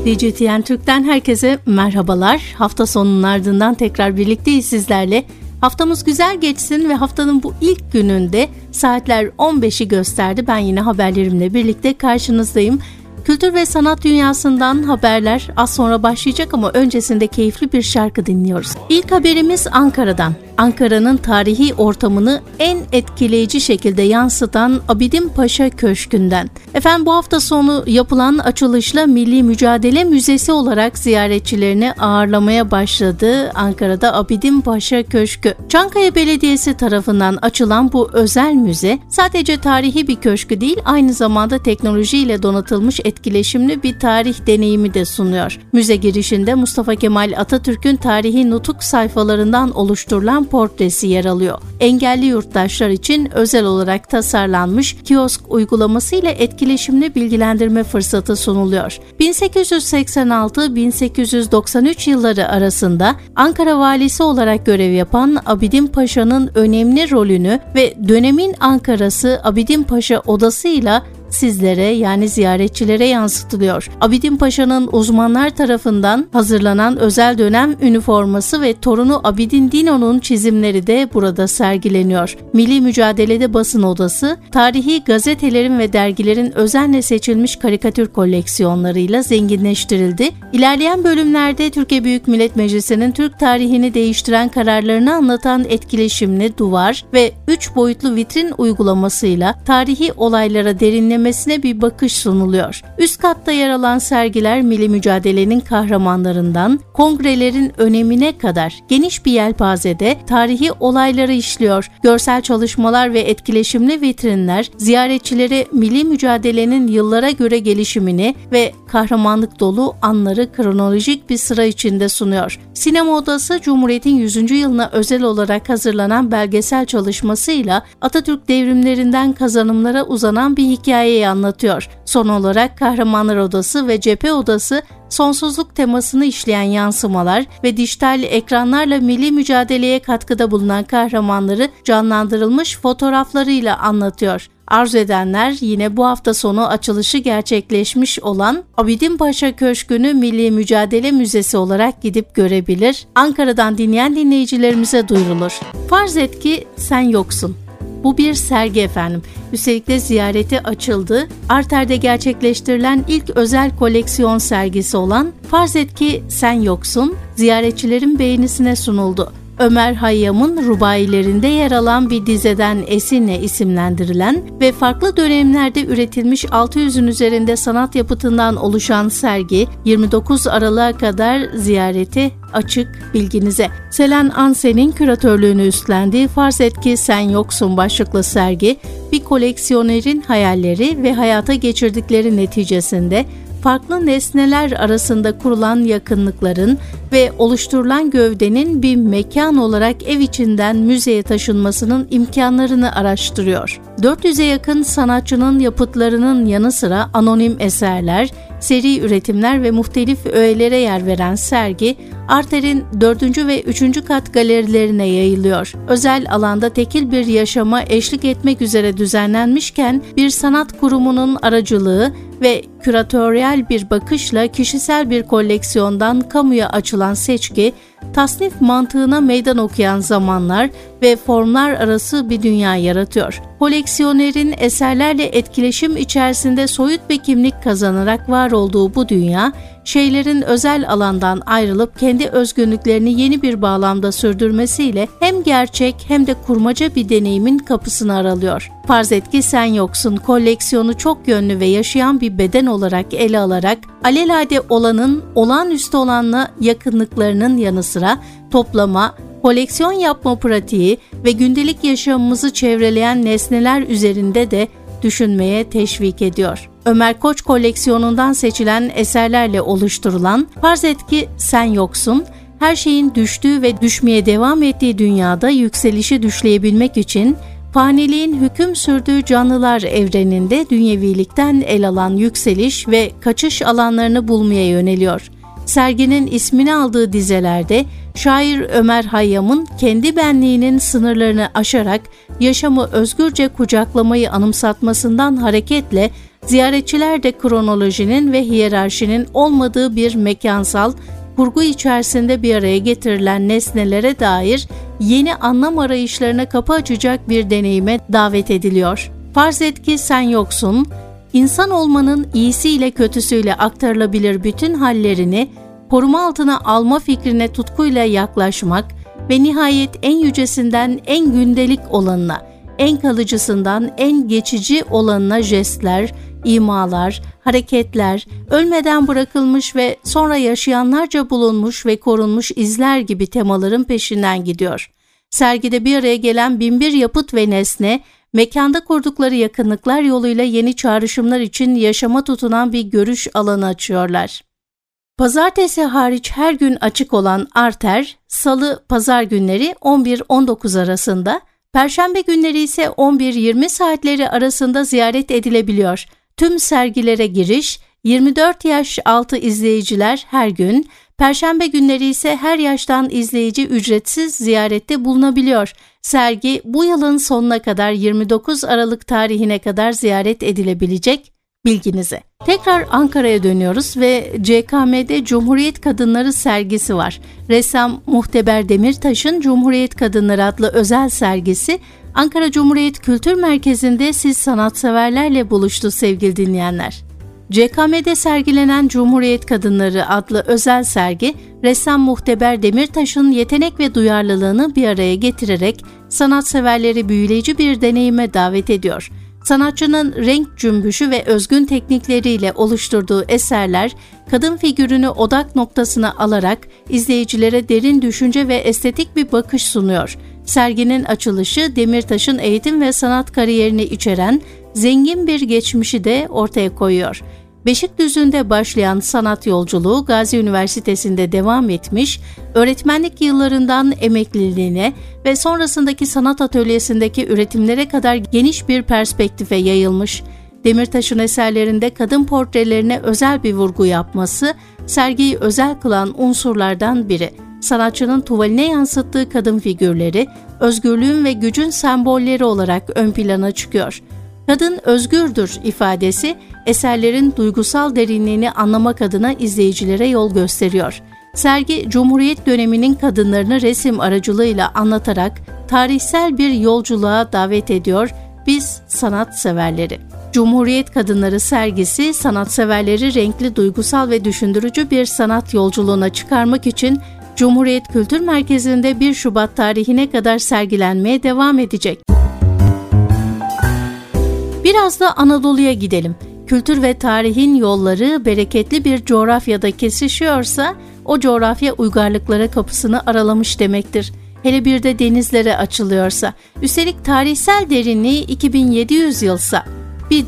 DGTN Türk'ten herkese merhabalar. Hafta sonunun ardından tekrar birlikteyiz sizlerle. Haftamız güzel geçsin ve haftanın bu ilk gününde saatler 15'i gösterdi. Ben yine haberlerimle birlikte karşınızdayım. Kültür ve sanat dünyasından haberler az sonra başlayacak ama öncesinde keyifli bir şarkı dinliyoruz. İlk haberimiz Ankara'dan. Ankara'nın tarihi ortamını en etkileyici şekilde yansıtan Abidin Paşa Köşkü'nden. Efendim bu hafta sonu yapılan açılışla Milli Mücadele Müzesi olarak ziyaretçilerini ağırlamaya başladı Ankara'da Abidin Paşa Köşkü. Çankaya Belediyesi tarafından açılan bu özel müze sadece tarihi bir köşkü değil, aynı zamanda teknolojiyle donatılmış etkileşimli bir tarih deneyimi de sunuyor. Müze girişinde Mustafa Kemal Atatürk'ün tarihi nutuk sayfalarından oluşturulan portresi yer alıyor. Engelli yurttaşlar için özel olarak tasarlanmış kiosk uygulaması ile etkileşimli bilgilendirme fırsatı sunuluyor. 1886-1893 yılları arasında Ankara valisi olarak görev yapan Abidin Paşa'nın önemli rolünü ve dönemin Ankara'sı Abidin Paşa odasıyla sizlere yani ziyaretçilere yansıtılıyor. Abidin Paşa'nın uzmanlar tarafından hazırlanan özel dönem üniforması ve torunu Abidin Dino'nun çizimleri de burada sergileniyor. Milli Mücadele'de basın odası, tarihi gazetelerin ve dergilerin özenle seçilmiş karikatür koleksiyonlarıyla zenginleştirildi. İlerleyen bölümlerde Türkiye Büyük Millet Meclisi'nin Türk tarihini değiştiren kararlarını anlatan etkileşimli duvar ve 3 boyutlu vitrin uygulamasıyla tarihi olaylara derinlemesine bir bakış sunuluyor. Üst katta yer alan sergiler milli mücadelenin kahramanlarından kongrelerin önemine kadar geniş bir yelpazede tarihi olayları işliyor. Görsel çalışmalar ve etkileşimli vitrinler ziyaretçilere milli mücadelenin yıllara göre gelişimini ve kahramanlık dolu anları kronolojik bir sıra içinde sunuyor. Sinema odası Cumhuriyet'in 100. yılına özel olarak hazırlanan belgesel çalışmasıyla Atatürk devrimlerinden kazanımlara uzanan bir hikayeyi anlatıyor. Son olarak Kahramanlar Odası ve Cephe Odası sonsuzluk temasını işleyen yansımalar ve dijital ekranlarla milli mücadeleye katkıda bulunan kahramanları canlandırılmış fotoğraflarıyla anlatıyor. Arzu edenler yine bu hafta sonu açılışı gerçekleşmiş olan Abidin Paşa Köşkü'nü Milli Mücadele Müzesi olarak gidip görebilir. Ankara'dan dinleyen dinleyicilerimize duyurulur. Farz et ki sen yoksun. Bu bir sergi efendim. Üstelik de ziyareti açıldı. Arter'de gerçekleştirilen ilk özel koleksiyon sergisi olan Farz et ki sen yoksun, ziyaretçilerin beğenisine sunuldu. Ömer Hayyam'ın rubailerinde yer alan bir dizeden esinle isimlendirilen ve farklı dönemlerde üretilmiş 600'ün üzerinde sanat yapıtından oluşan sergi 29 Aralık'a kadar ziyarete açık bilginize. Selen Ansen'in küratörlüğünü üstlendiği Farz et ki sen yoksun başlıklı sergi bir koleksiyonerin hayalleri ve hayata geçirdikleri neticesinde farklı nesneler arasında kurulan yakınlıkların ve oluşturulan gövdenin bir mekan olarak ev içinden müzeye taşınmasının imkanlarını araştırıyor. 400'e yakın sanatçının yapıtlarının yanı sıra anonim eserler, seri üretimler ve muhtelif öğelere yer veren sergi, Arter'in 4. ve 3. kat galerilerine yayılıyor. Özel alanda tekil bir yaşama eşlik etmek üzere düzenlenmişken bir sanat kurumunun aracılığı ve küratöryel bir bakışla kişisel bir koleksiyondan kamuya açılan seçki, tasnif mantığına meydan okuyan zamanlar ve formlar arası bir dünya yaratıyor. Koleksiyonerin eserlerle etkileşim içerisinde soyut bir kimlik kazanarak var olduğu bu dünya, şeylerin özel alandan ayrılıp kendi özgünlüklerini yeni bir bağlamda sürdürmesiyle hem gerçek hem de kurmaca bir deneyimin kapısını aralıyor. Farz et ki sen yoksun koleksiyonu çok yönlü ve yaşayan bir beden olarak ele alarak alelade olanın olağanüstü olanla yakınlıklarının yanı sıra toplama, koleksiyon yapma pratiği ve gündelik yaşamımızı çevreleyen nesneler üzerinde de düşünmeye teşvik ediyor. Ömer Koç koleksiyonundan seçilen eserlerle oluşturulan Farz et ki sen yoksun, her şeyin düştüğü ve düşmeye devam ettiği dünyada yükselişi düşleyebilmek için faniliğin hüküm sürdüğü canlılar evreninde dünyevilikten el alan yükseliş ve kaçış alanlarını bulmaya yöneliyor. Serginin ismini aldığı dizelerde şair Ömer Hayyam'ın kendi benliğinin sınırlarını aşarak yaşamı özgürce kucaklamayı anımsatmasından hareketle Ziyaretçiler de kronolojinin ve hiyerarşinin olmadığı bir mekansal kurgu içerisinde bir araya getirilen nesnelere dair yeni anlam arayışlarına kapı açacak bir deneyime davet ediliyor. Farz et ki sen yoksun, insan olmanın iyisiyle kötüsüyle aktarılabilir bütün hallerini koruma altına alma fikrine tutkuyla yaklaşmak ve nihayet en yücesinden en gündelik olanına, en kalıcısından en geçici olanına jestler, imalar, hareketler, ölmeden bırakılmış ve sonra yaşayanlarca bulunmuş ve korunmuş izler gibi temaların peşinden gidiyor. Sergide bir araya gelen binbir yapıt ve nesne, mekanda kurdukları yakınlıklar yoluyla yeni çağrışımlar için yaşama tutunan bir görüş alanı açıyorlar. Pazartesi hariç her gün açık olan Arter, Salı, Pazar günleri 11-19 arasında, Perşembe günleri ise 11-20 saatleri arasında ziyaret edilebiliyor. Tüm sergilere giriş, 24 yaş altı izleyiciler her gün, Perşembe günleri ise her yaştan izleyici ücretsiz ziyarette bulunabiliyor. Sergi bu yılın sonuna kadar 29 Aralık tarihine kadar ziyaret edilebilecek, bilginize. Tekrar Ankara'ya dönüyoruz ve CKM'de Cumhuriyet Kadınları sergisi var. Ressam Muhteber Demirtaş'ın Cumhuriyet Kadınları adlı özel sergisi Ankara Cumhuriyet Kültür Merkezi'nde siz sanatseverlerle buluştu sevgili dinleyenler. CKM'de sergilenen Cumhuriyet Kadınları adlı özel sergi, ressam Muhteber Demirtaş'ın yetenek ve duyarlılığını bir araya getirerek sanatseverleri büyüleyici bir deneyime davet ediyor. Sanatçının renk cümbüşü ve özgün teknikleriyle oluşturduğu eserler, kadın figürünü odak noktasına alarak izleyicilere derin düşünce ve estetik bir bakış sunuyor. Serginin açılışı Demirtaş'ın eğitim ve sanat kariyerini içeren zengin bir geçmişi de ortaya koyuyor. Beşikdüzü'nde başlayan sanat yolculuğu Gazi Üniversitesi'nde devam etmiş, öğretmenlik yıllarından emekliliğine ve sonrasındaki sanat atölyesindeki üretimlere kadar geniş bir perspektife yayılmış. Demirtaş'ın eserlerinde kadın portrelerine özel bir vurgu yapması, sergiyi özel kılan unsurlardan biri. Sanatçının tuvaline yansıttığı kadın figürleri, özgürlüğün ve gücün sembolleri olarak ön plana çıkıyor. Kadın özgürdür ifadesi, eserlerin duygusal derinliğini anlamak adına izleyicilere yol gösteriyor. Sergi, Cumhuriyet döneminin kadınlarını resim aracılığıyla anlatarak tarihsel bir yolculuğa davet ediyor biz sanatseverleri. Cumhuriyet Kadınları sergisi, sanatseverleri renkli, duygusal ve düşündürücü bir sanat yolculuğuna çıkarmak için Cumhuriyet Kültür Merkezi'nde 1 Şubat tarihine kadar sergilenmeye devam edecek. Biraz da Anadolu'ya gidelim. Kültür ve tarihin yolları bereketli bir coğrafyada kesişiyorsa, o coğrafya uygarlıklara kapısını aralamış demektir. Hele bir de denizlere açılıyorsa, üstelik tarihsel derinliği 2700 yılsa, bir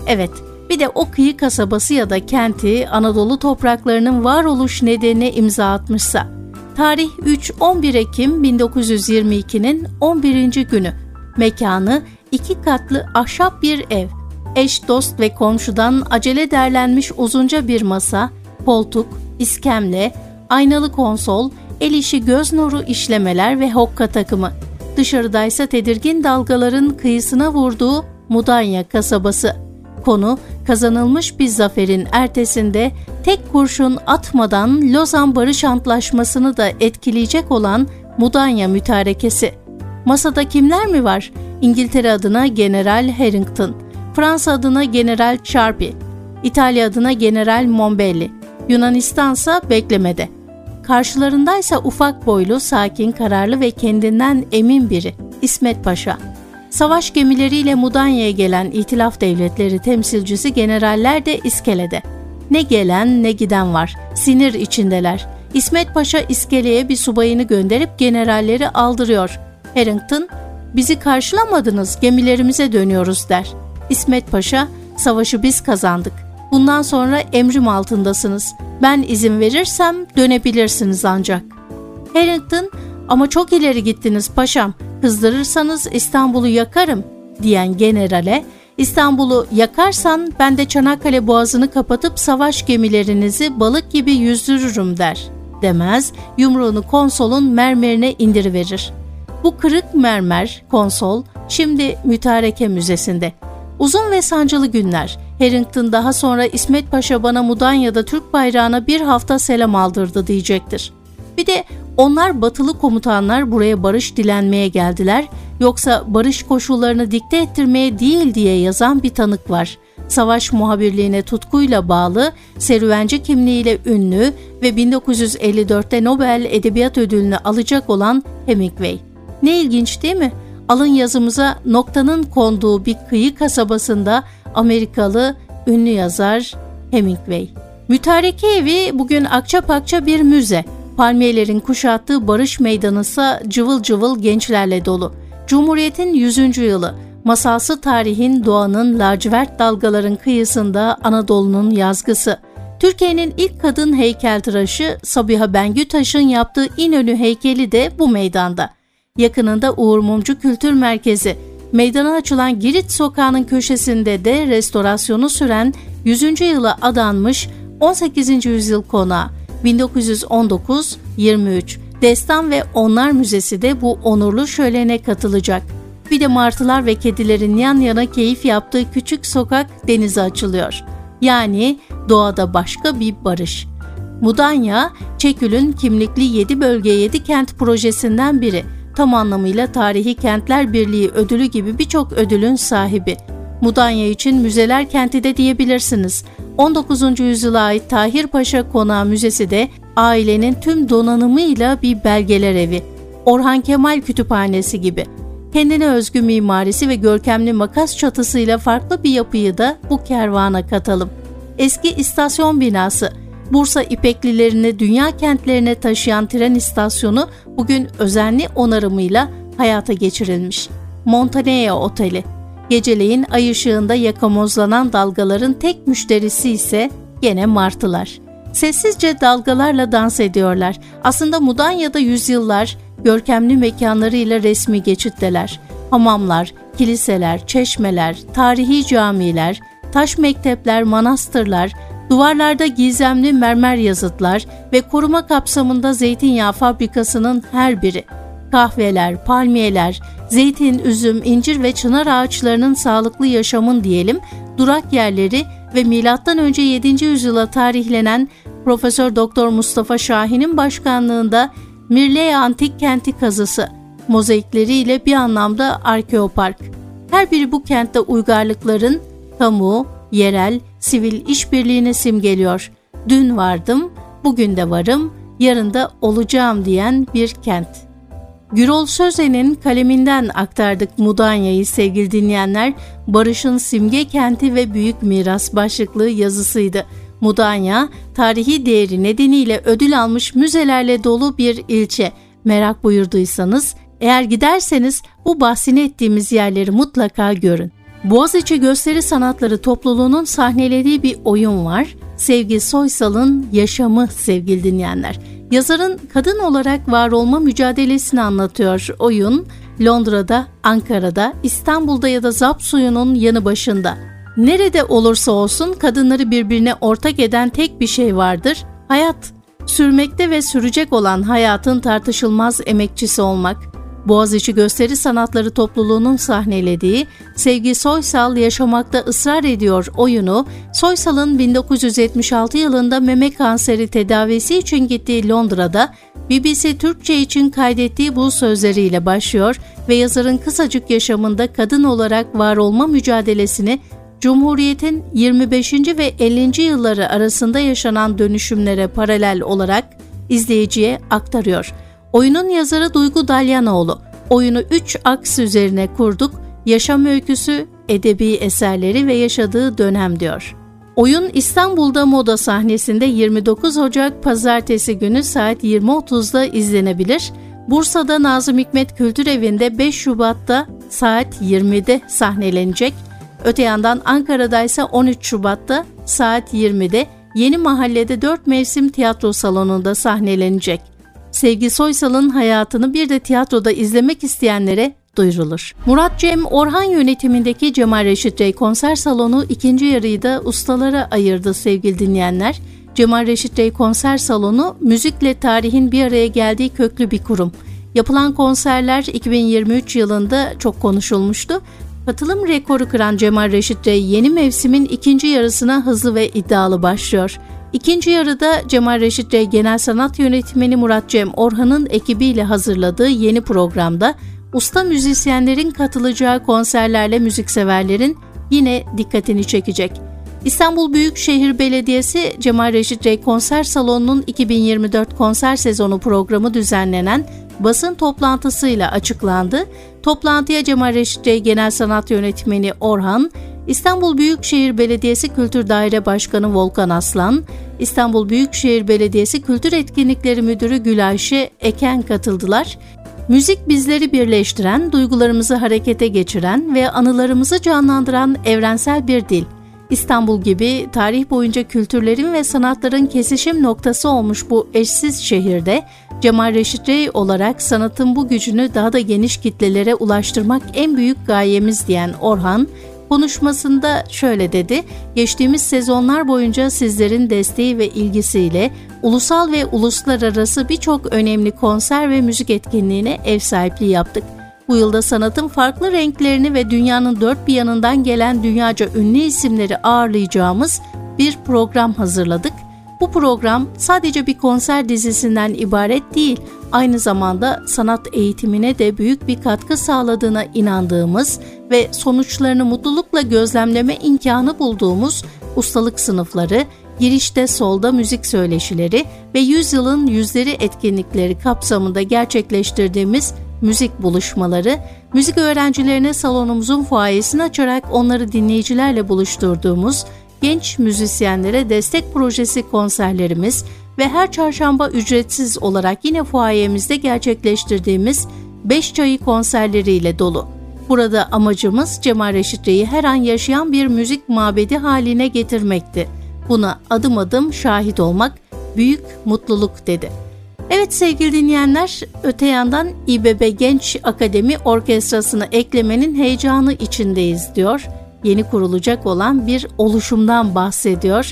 de o kıyı kasabası ya da kenti Anadolu topraklarının varoluş nedenine imza atmışsa, tarih 3-11 Ekim 1922'nin 11. günü, mekanı 2 katlı ahşap bir ev, eş, dost ve komşudan acele derlenmiş uzunca bir masa, koltuk, iskemle, aynalı konsol, el işi göz nuru işlemeler ve hokka takımı. Dışarıdaysa tedirgin dalgaların kıyısına vurduğu Mudanya kasabası. Konu, kazanılmış bir zaferin ertesinde tek kurşun atmadan Lozan Barış Antlaşması'nı da etkileyecek olan Mudanya mütarekesi. Masada kimler mi var? İngiltere adına General Harrington, Fransa adına General Sharpe, İtalya adına General Mombelli, Yunanistansa beklemede. Karşılarındaysa ufak boylu, sakin, kararlı ve kendinden emin biri, İsmet Paşa. Savaş gemileriyle Mudanya'ya gelen İtilaf Devletleri temsilcisi generaller de iskelede. Ne gelen ne giden var, sinir içindeler. İsmet Paşa iskeleye bir subayını gönderip generalleri aldırıyor. Harrington, "Bizi karşılamadınız, gemilerimize dönüyoruz" der. İsmet Paşa, "Savaşı biz kazandık. Bundan sonra emrim altındasınız. Ben izin verirsem dönebilirsiniz ancak." Harrington, "Ama çok ileri gittiniz paşam. Kızdırırsanız İstanbul'u yakarım" diyen generale, "İstanbul'u yakarsan ben de Çanakkale Boğazı'nı kapatıp savaş gemilerinizi balık gibi yüzdürürüm" der. Demez, yumruğunu konsolun mermerine indiriverir. Bu kırık mermer konsol şimdi Mütareke Müzesi'nde. Uzun ve sancılı günler, Harrington daha sonra İsmet Paşa bana Mudanya'da Türk bayrağına bir hafta selam aldırdı diyecektir. Bir de onlar batılı komutanlar buraya barış dilenmeye geldiler, yoksa barış koşullarını dikte ettirmeye değil diye yazan bir tanık var. Savaş muhabirliğine tutkuyla bağlı, serüvenci kimliğiyle ünlü ve 1954'te Nobel Edebiyat Ödülünü alacak olan Hemingway. Ne ilginç değil mi? Alın yazımıza noktanın konduğu bir kıyı kasabasında Amerikalı ünlü yazar Hemingway. Mütareke evi bugün akçapakça bir müze. Palmiyelerin kuşattığı Barış Meydanı ise cıvıl cıvıl gençlerle dolu. Cumhuriyet'in 100. yılı, masalsı tarihin, doğanın, lacivert dalgaların kıyısında Anadolu'nun yazgısı. Türkiye'nin ilk kadın heykeltıraşı Sabiha Bengütaş'ın yaptığı İnönü heykeli de bu meydanda. Yakınında Uğur Mumcu Kültür Merkezi, meydana açılan Girit Sokağı'nın köşesinde de restorasyonu süren 100. yıla adanmış 18. yüzyıl konağı 1919-23 Destan ve Onlar Müzesi de bu onurlu şölene katılacak. Bir de martılar ve kedilerin yan yana keyif yaptığı küçük sokak denize açılıyor. Yani doğada başka bir barış. Mudanya, Çekül'ün kimlikli 7 bölge 7 kent projesinden biri. Tam anlamıyla Tarihi Kentler Birliği ödülü gibi birçok ödülün sahibi. Mudanya için müzeler kenti de diyebilirsiniz. 19. yüzyıla ait Tahir Paşa Konağı Müzesi de ailenin tüm donanımıyla bir belgeler evi. Orhan Kemal Kütüphanesi gibi. Kendine özgü mimarisi ve görkemli makas çatısıyla farklı bir yapıyı da bu kervana katalım. Eski istasyon binası, Bursa İpeklilerini dünya kentlerine taşıyan tren istasyonu bugün özenli onarımıyla hayata geçirilmiş. Montanea Oteli, geceleyin ay ışığında yakamozlanan dalgaların tek müşterisi ise gene martılar. Sessizce dalgalarla dans ediyorlar. Aslında Mudanya'da yüzyıllar görkemli mekanlarıyla resmi geçitteler. Hamamlar, kiliseler, çeşmeler, tarihi camiler, taş mektepler, manastırlar, duvarlarda gizemli mermer yazıtlar ve koruma kapsamında zeytinyağı fabrikasının her biri. Kahveler, palmiyeler, zeytin, üzüm, incir ve çınar ağaçlarının sağlıklı yaşamın diyelim durak yerleri ve M.Ö. 7. yüzyıla tarihlenen Profesör Doktor Mustafa Şahin'in başkanlığında Mirleya Antik Kenti kazısı, mozaikleriyle bir anlamda arkeopark. Her biri bu kentte uygarlıkların kamu, yerel, sivil işbirliğini simgeliyor. Dün vardım, bugün de varım, yarın da olacağım diyen bir kent. Gürol Söze'nin kaleminden aktardık Mudanya'yı sevgili dinleyenler. Barış'ın simge kenti ve büyük miras başlıklı yazısıydı. Mudanya, tarihi değeri nedeniyle ödül almış müzelerle dolu bir ilçe. Merak buyurduysanız, eğer giderseniz bu bahsini ettiğimiz yerleri mutlaka görün. Boğaziçi Gösteri Sanatları Topluluğu'nun sahnelediği bir oyun var. Sevgi Soysal'ın Yaşamı sevgili dinleyenler. Yazarın kadın olarak var olma mücadelesini anlatıyor oyun. Londra'da, Ankara'da, İstanbul'da ya da Zapsuyu'nun yanı başında. Nerede olursa olsun kadınları birbirine ortak eden tek bir şey vardır. Hayat. Sürmekte ve sürecek olan hayatın tartışılmaz emekçisi olmak. Boğaziçi Gösteri Sanatları Topluluğu'nun sahnelediği Sevgi Soysal Yaşamakta Israr Ediyor oyunu, Soysal'ın 1976 yılında meme kanseri tedavisi için gittiği Londra'da BBC Türkçe için kaydettiği bu sözleriyle başlıyor ve yazarın kısacık yaşamında kadın olarak var olma mücadelesini Cumhuriyet'in 25. ve 50. yılları arasında yaşanan dönüşümlere paralel olarak izleyiciye aktarıyor. Oyunun yazarı Duygu Dalyanoğlu. Oyunu 3 aks üzerine kurduk. Yaşam öyküsü, edebi eserleri ve yaşadığı dönem diyor. Oyun İstanbul'da Moda sahnesinde 29 Ocak Pazartesi günü saat 20.30'da izlenebilir. Bursa'da Nazım Hikmet Kültür Evi'nde 5 Şubat'ta saat 20'de sahnelenecek. Öte yandan Ankara'da ise 13 Şubat'ta saat 20'de Yeni Mahalle'de 4 Mevsim Tiyatro Salonu'nda sahnelenecek. Sevgi Soysal'ın hayatını bir de tiyatroda izlemek isteyenlere duyurulur. Murat Cem Orhan yönetimindeki Cemal Reşit Rey Konser Salonu ikinci yarıyı da ustalara ayırdı sevgili dinleyenler. Cemal Reşit Rey Konser Salonu müzikle tarihin bir araya geldiği köklü bir kurum. Yapılan konserler 2023 yılında çok konuşulmuştu. Katılım rekoru kıran Cemal Reşit Rey yeni mevsimin ikinci yarısına hızlı ve iddialı başlıyor. İkinci yarıda Cemal Reşit Rey Genel Sanat Yönetmeni Murat Cem Orhan'ın ekibiyle hazırladığı yeni programda usta müzisyenlerin katılacağı konserlerle müzikseverlerin yine dikkatini çekecek. İstanbul Büyükşehir Belediyesi Cemal Reşit Rey Konser Salonu'nun 2024 konser sezonu programı düzenlenen basın toplantısıyla açıklandı. Toplantıya Cemal Reşit Rey Genel Sanat Yönetmeni Orhan, İstanbul Büyükşehir Belediyesi Kültür Daire Başkanı Volkan Aslan, İstanbul Büyükşehir Belediyesi Kültür Etkinlikleri Müdürü Gülayşe Eken katıldılar. Müzik bizleri birleştiren, duygularımızı harekete geçiren ve anılarımızı canlandıran evrensel bir dil. İstanbul gibi tarih boyunca kültürlerin ve sanatların kesişim noktası olmuş bu eşsiz şehirde Cemal Reşit Rey olarak sanatın bu gücünü daha da geniş kitlelere ulaştırmak en büyük gayemiz diyen Orhan, konuşmasında şöyle dedi: geçtiğimiz sezonlar boyunca sizlerin desteği ve ilgisiyle ulusal ve uluslararası birçok önemli konser ve müzik etkinliğine ev sahipliği yaptık. Bu yılda sanatın farklı renklerini ve dünyanın dört bir yanından gelen dünyaca ünlü isimleri ağırlayacağımız bir program hazırladık. Bu program sadece bir konser dizisinden ibaret değil, aynı zamanda sanat eğitimine de büyük bir katkı sağladığına inandığımız ve sonuçlarını mutlulukla gözlemleme imkanı bulduğumuz ustalık sınıfları, girişte solda müzik söyleşileri ve yüzyılın yüzleri etkinlikleri kapsamında gerçekleştirdiğimiz müzik buluşmaları, müzik öğrencilerine salonumuzun fuayesini açarak onları dinleyicilerle buluşturduğumuz genç müzisyenlere destek projesi konserlerimiz ve her çarşamba ücretsiz olarak yine fuayemizde gerçekleştirdiğimiz 5 çayı konserleriyle dolu. Burada amacımız Cemal Reşit Rey'i her an yaşayan bir müzik mabedi haline getirmekti. Buna adım adım şahit olmak büyük mutluluk dedi. Evet sevgili dinleyenler, öte yandan İBB Genç Akademi Orkestrası'nı eklemenin heyecanı içindeyiz diyor. Yeni kurulacak olan bir oluşumdan bahsediyor.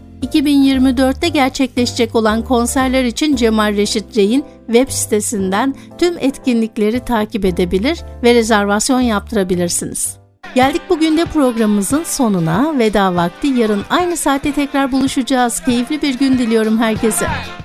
2024'te gerçekleşecek olan konserler için Cemal Reşit Rey'in web sitesinden tüm etkinlikleri takip edebilir ve rezervasyon yaptırabilirsiniz. Geldik bugün de programımızın sonuna. Veda vakti. Yarın aynı saatte tekrar buluşacağız. Keyifli bir gün diliyorum herkese.